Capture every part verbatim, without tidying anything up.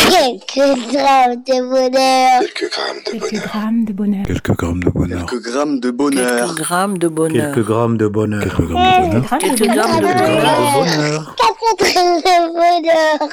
Quelques grammes de bonheur. Quelques grammes de Quelques bonheur. grammes de bonheur. Quelques grammes de bonheur. Quelques grammes de bonheur. Quelques grammes de bonheur. Quelques grammes de bonheur. Quelques Quelques grammes de Quelques bonheur. grammes de Quelques bonheur. grammes de bonheur. Quatre grammes de bonheur.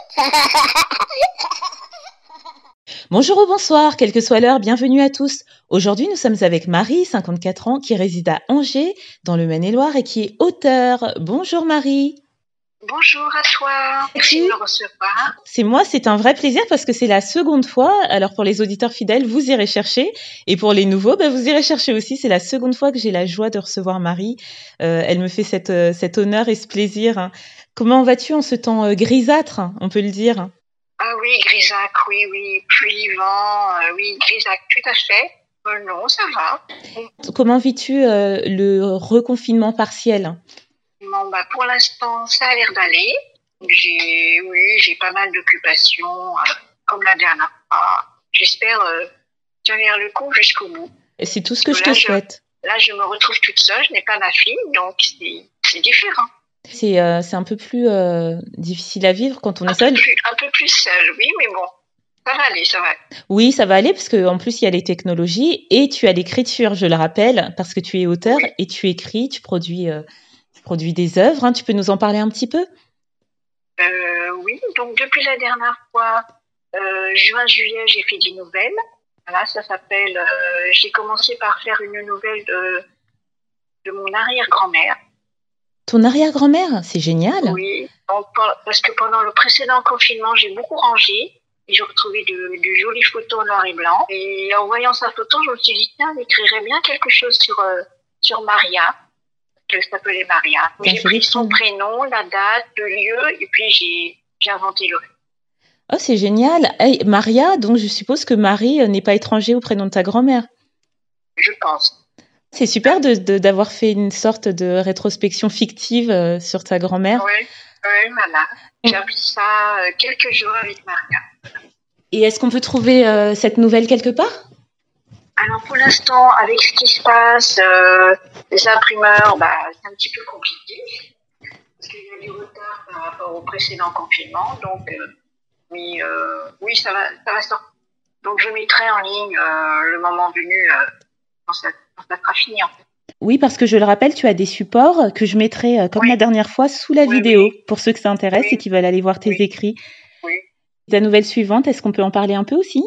Bonjour ou bonsoir, quelle que soit l'heure, bienvenue à tous. Aujourd'hui, nous sommes avec Marie, cinquante-quatre ans, qui réside à Angers, dans le Maine-et-Loire, et qui est auteure. Bonjour Marie. Bonjour à toi, merci de me recevoir. C'est moi, c'est un vrai plaisir parce que c'est la seconde fois. Alors pour les auditeurs fidèles, vous irez chercher. Et pour les nouveaux, bah, vous irez chercher aussi. C'est la seconde fois que j'ai la joie de recevoir Marie. Euh, elle me fait cette, euh, cet honneur et ce plaisir. Hein. Comment vas-tu en ce temps euh, grisâtre, hein, on peut le dire? Ah oui, Grisac, oui, oui, pluie, vent, euh, oui, Grisac, tout à fait. Euh, non, ça va. Comment vis-tu euh, le reconfinement partiel? Bon, bah, pour l'instant, ça a l'air d'aller. J'ai, oui, j'ai pas mal d'occupations, euh, comme la dernière fois. J'espère euh, tenir le coup jusqu'au bout. Et c'est tout ce que Parce je que te là, souhaite. Là, je me retrouve toute seule, je n'ai pas ma fille, donc c'est, c'est différent. C'est euh, c'est un peu plus euh, difficile à vivre quand on Un est seul. peu plus, un peu plus seule, oui, mais bon, ça va aller, ça va. Oui, ça va aller parce qu'en plus, il y a les technologies et tu as l'écriture, je le rappelle, parce que tu es auteur Oui. et tu écris, tu produis, euh, tu produis des œuvres. Hein. Tu peux nous en parler un petit peu? Euh, oui, donc depuis la dernière fois, euh, juin-juillet, j'ai fait des nouvelles. Voilà, ça s'appelle... euh, j'ai commencé par faire une nouvelle de, de mon arrière-grand-mère. Ton arrière-grand-mère, c'est génial. Oui, donc, pen- parce que pendant le précédent confinement, j'ai beaucoup rangé. Et j'ai retrouvé de, de jolies photos en noir et blanc. Et en voyant sa photo, je me suis dit, tiens, j'écrirais bien quelque chose sur, euh, sur Maria. Elle s'appelait Maria. C'est un J'ai joli pris son prénom. prénom, la date, le lieu, et puis j'ai, j'ai inventé le reste. Oh, c'est génial. Hey, Maria, donc je suppose que Marie euh, n'est pas étranger au prénom de ta grand-mère. Je pense. C'est super de, de- d'avoir fait une sorte de rétrospection fictive euh, sur ta grand-mère. Oui, oui, voilà. J'ai appris ça euh, quelques jours avec Maria. Et est-ce qu'on peut trouver euh, cette nouvelle quelque part? Alors pour l'instant, avec ce qui se passe, euh, les imprimeurs, bah, c'est un petit peu compliqué. Parce qu'il y a du retard par rapport au précédent confinement. Donc, euh, oui, euh, oui, ça va, ça va sortir. Donc je mettrai en ligne euh, le moment venu euh, quand, ça, quand ça sera fini en fait. Oui, parce que je le rappelle, tu as des supports que je mettrai, euh, comme Oui. la dernière fois, sous la Oui, vidéo, oui. pour ceux que ça intéresse Oui. et qui veulent aller voir tes Oui. écrits. Oui. Ta nouvelle suivante, est-ce qu'on peut en parler un peu aussi?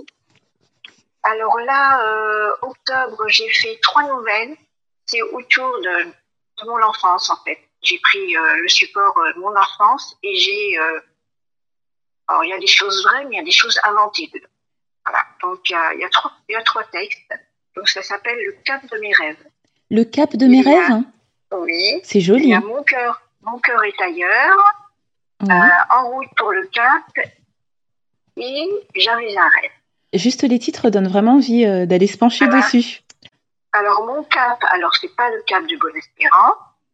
Alors là, euh, octobre, j'ai fait trois nouvelles. C'est autour de, de mon enfance, en fait. J'ai pris euh, le support euh, de mon enfance et j'ai... Euh, alors, il y a des choses vraies, mais il y a des choses inventées dedans. Voilà. Donc, il y a, il y a, trois, il y a trois textes. Donc, ça s'appelle Le cap de mes rêves. Le cap de Il mes y a- rêves, hein. Oui. C'est Il joli. y a Mon cœur, mon cœur est ailleurs. Oui. euh, En route pour le cap. Et J'avais un rêve. Juste les titres donnent vraiment envie euh, d'aller se pencher Voilà. dessus. Alors, mon cap, alors c'est pas le cap du Bon-Espérant,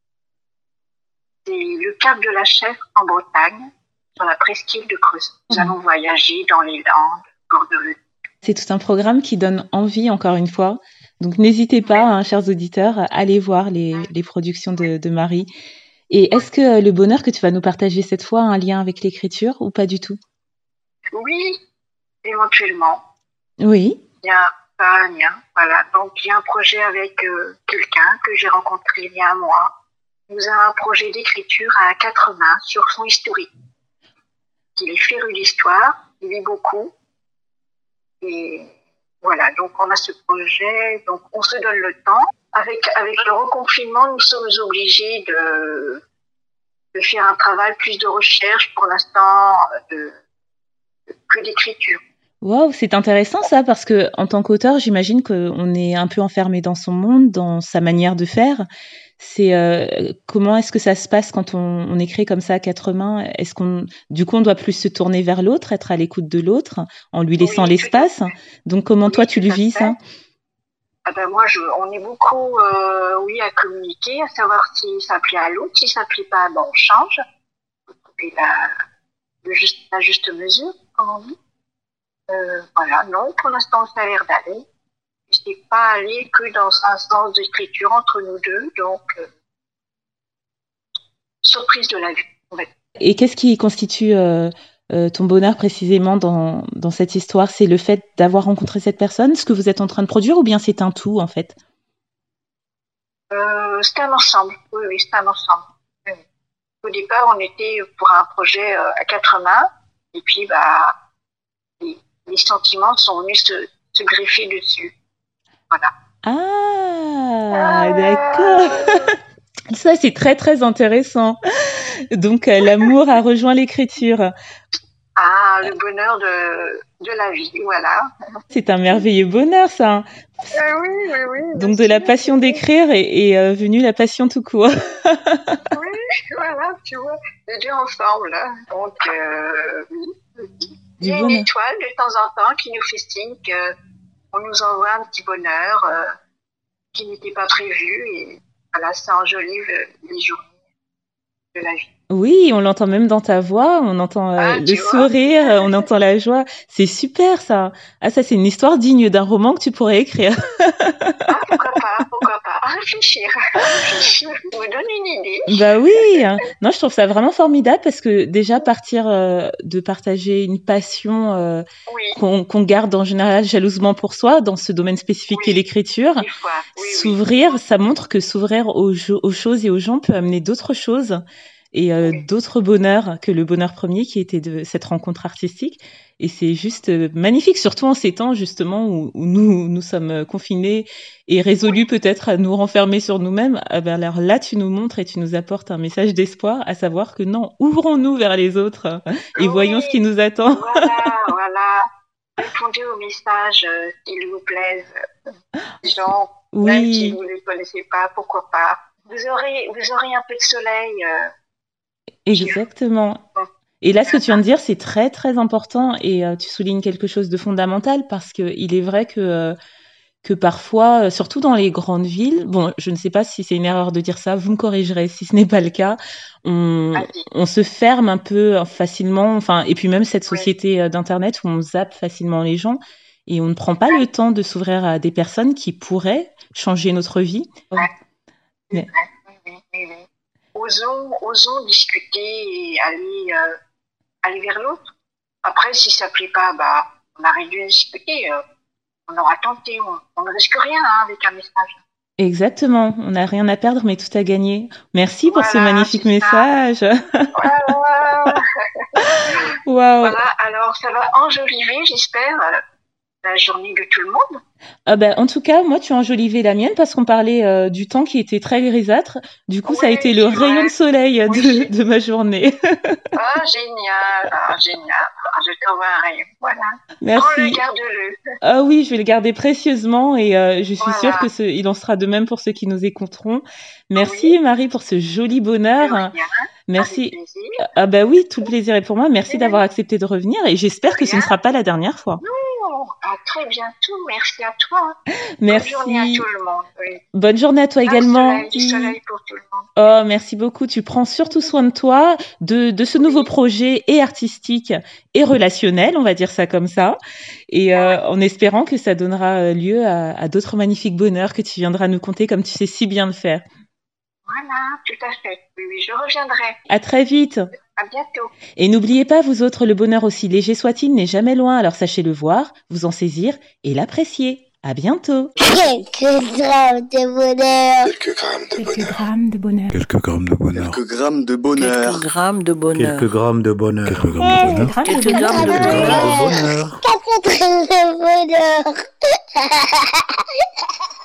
c'est le cap de la Chèvre en Bretagne, sur la presqu'île de Creusot. Nous Mhm. allons voyager dans les Landes, Bordeaux. C'est tout un programme qui donne envie, encore une fois. Donc n'hésitez pas, hein, chers auditeurs, à aller voir les, les productions de, de Marie. Et est-ce que euh, le bonheur que tu vas nous partager cette fois a un lien avec l'écriture ou pas du tout? Oui, éventuellement. Oui. Il y a pas un lien, voilà. Donc, il y a un projet avec euh, quelqu'un que j'ai rencontré il y a un mois. Il nous a un projet d'écriture à quatre mains sur son historique. Il est féru d'histoire, il lit beaucoup. Et voilà, donc on a ce projet, donc on se donne le temps. Avec, avec le reconfinement, nous sommes obligés de, de faire un travail plus de recherche pour l'instant de, de- que d'écriture. Waouh, c'est intéressant ça, parce que en tant qu'auteur, j'imagine qu'on est un peu enfermé dans son monde, dans sa manière de faire. C'est euh, comment est-ce que ça se passe quand on, on écrit comme ça à quatre mains? Est-ce qu'on, du coup, on doit plus se tourner vers l'autre, être à l'écoute de l'autre, en lui laissant Oui, l'espace? tout à fait. Donc, comment Oui, toi tu tout le à vis fait. ça? Ah ben moi, je, on est beaucoup, euh, oui, à communiquer, à savoir si ça plaît à l'autre, si ça plaît pas, ben on change. Et la, le juste, la juste mesure, comme on dit. Euh, voilà, non, pour l'instant, ça a l'air d'aller. C'est pas allé que dans un sens d'écriture entre nous deux, donc euh, surprise de la vie, on va dire. Et qu'est-ce qui constitue euh, euh, ton bonheur précisément dans, dans cette histoire? C'est le fait d'avoir rencontré cette personne, ce que vous êtes en train de produire, ou bien c'est un tout en fait? Euh, c'est un ensemble, oui, oui, c'est un ensemble. Oui. Au départ, on était pour un projet euh, à quatre mains, et puis bah, les, les sentiments sont venus se, se greffer dessus. Voilà. Ah, d'accord. Ça, c'est très, très intéressant. Donc, euh, l'amour a rejoint l'écriture. Ah, le bonheur de, de la vie, voilà. C'est un merveilleux bonheur, ça. Euh, oui, oui, oui. Donc, de la passion d'écrire est, est euh, venue la passion tout court. Oui, voilà, tu vois, les deux ensemble. Hein. Donc, euh, oui. Il y a une étoile de temps en temps qui nous fait signe qu'on nous envoie un petit bonheur euh, qui n'était pas prévu. Et voilà, ça enjolive les journées de la vie. Oui, on l'entend même dans ta voix, on entend euh, Ah, le tu vois. sourire, on entend la joie. C'est super, ça. Ah, ça, c'est une histoire digne d'un roman que tu pourrais écrire. Ah, pourquoi pas, pourquoi pas. À réfléchir, à réfléchir. Ça me donne une idée. Bah oui. Non, je trouve ça vraiment formidable parce que déjà partir euh, de partager une passion euh, Oui, qu'on qu'on garde en général jalousement pour soi dans ce domaine spécifique Oui. qu'est l'écriture, des fois, oui, oui. s'ouvrir, ça montre que s'ouvrir aux, jo- aux choses et aux gens peut amener d'autres choses et euh, Oui. d'autres bonheurs que le bonheur premier qui était de cette rencontre artistique. Et c'est juste euh, magnifique, surtout en ces temps justement où, où nous, nous sommes confinés et résolus peut-être à nous renfermer sur nous-mêmes. Ah ben alors là, tu nous montres et tu nous apportes un message d'espoir, à savoir que non, ouvrons-nous vers les autres et Oui. voyons ce qui nous attend. Voilà, voilà. Répondez aux messages, euh, s'ils vous plaisent. Les gens, même si Oui, vous ne les connaissez pas, pourquoi pas. Vous aurez, vous aurez un peu de soleil. euh, exactement. Et là, ce que tu viens de dire, c'est très, très important et euh, tu soulignes quelque chose de fondamental parce que il est vrai que, euh, que parfois, euh, surtout dans les grandes villes, bon, je ne sais pas si c'est une erreur de dire ça, vous me corrigerez si ce n'est pas le cas, on, Vas-y. on se ferme un peu euh, facilement, enfin, et puis même cette Oui. société euh, d'Internet où on zappe facilement les gens et on ne prend pas le temps de s'ouvrir à des personnes qui pourraient changer notre vie. Ouais. Mais- Oui, oui, oui, oui. Osons, osons discuter et aller, euh, aller vers l'autre. Après, si ça ne plaît pas, bah, on arrête de discuter. euh, on aura tenté, on, on ne risque rien hein, avec un message. Exactement, on n'a rien à perdre, mais tout à gagner. Merci pour ce Voilà, magnifique c'est ça. message. Voilà. Waouh. Voilà, alors ça va enjoliver, j'espère, euh, la journée de tout le monde. Ah ben, en tout cas, moi, tu as enjolivé la mienne parce qu'on parlait euh, du temps qui était très grisâtre. Du coup, ça a Oui, été le c'est rayon vrai. de soleil de, Oui. de ma journée. Ah, génial, ah, génial. Ah, je t'envoie un rayon, voilà. Prends-le, Merci. garde-le. Ah oui, je vais le garder précieusement et euh, je suis Voilà. sûre que ce, il en sera de même pour ceux qui nous écouteront. Merci Marie pour ce joli De bonheur. rien, avec Merci. plaisir. Ah bah oui, tout le plaisir est pour moi. Merci d'avoir accepté de revenir et j'espère que ce ne Rien. sera pas la dernière fois. Oh, à très bientôt, merci à toi. Merci. Bonne journée à tout le monde. Oui. Bonne journée à toi Un également. soleil, du soleil pour tout le monde. Oh, merci beaucoup. Tu prends surtout soin de toi, de, de ce nouveau projet et artistique et relationnel, on va dire ça comme ça. Et euh, en espérant que ça donnera lieu à, à d'autres magnifiques bonheurs que tu viendras nous conter comme tu sais si bien le faire. Voilà, tout à fait. Oui, oui, je reviendrai. À très vite. À bientôt. Et n'oubliez pas, vous autres, le bonheur aussi léger soit-il n'est jamais loin, alors sachez le voir, vous en saisir et l'apprécier. À bientôt. Quelques grammes de bonheur. Quelques grammes de bonheur. Quelques grammes de bonheur. Quelques grammes de bonheur. Quelques grammes de bonheur. Quelques grammes de bonheur. Quelques grammes de bonheur. Quelques Quelques grammes de Quelques bonheur. grammes de bonheur. Quatre grammes de bonheur.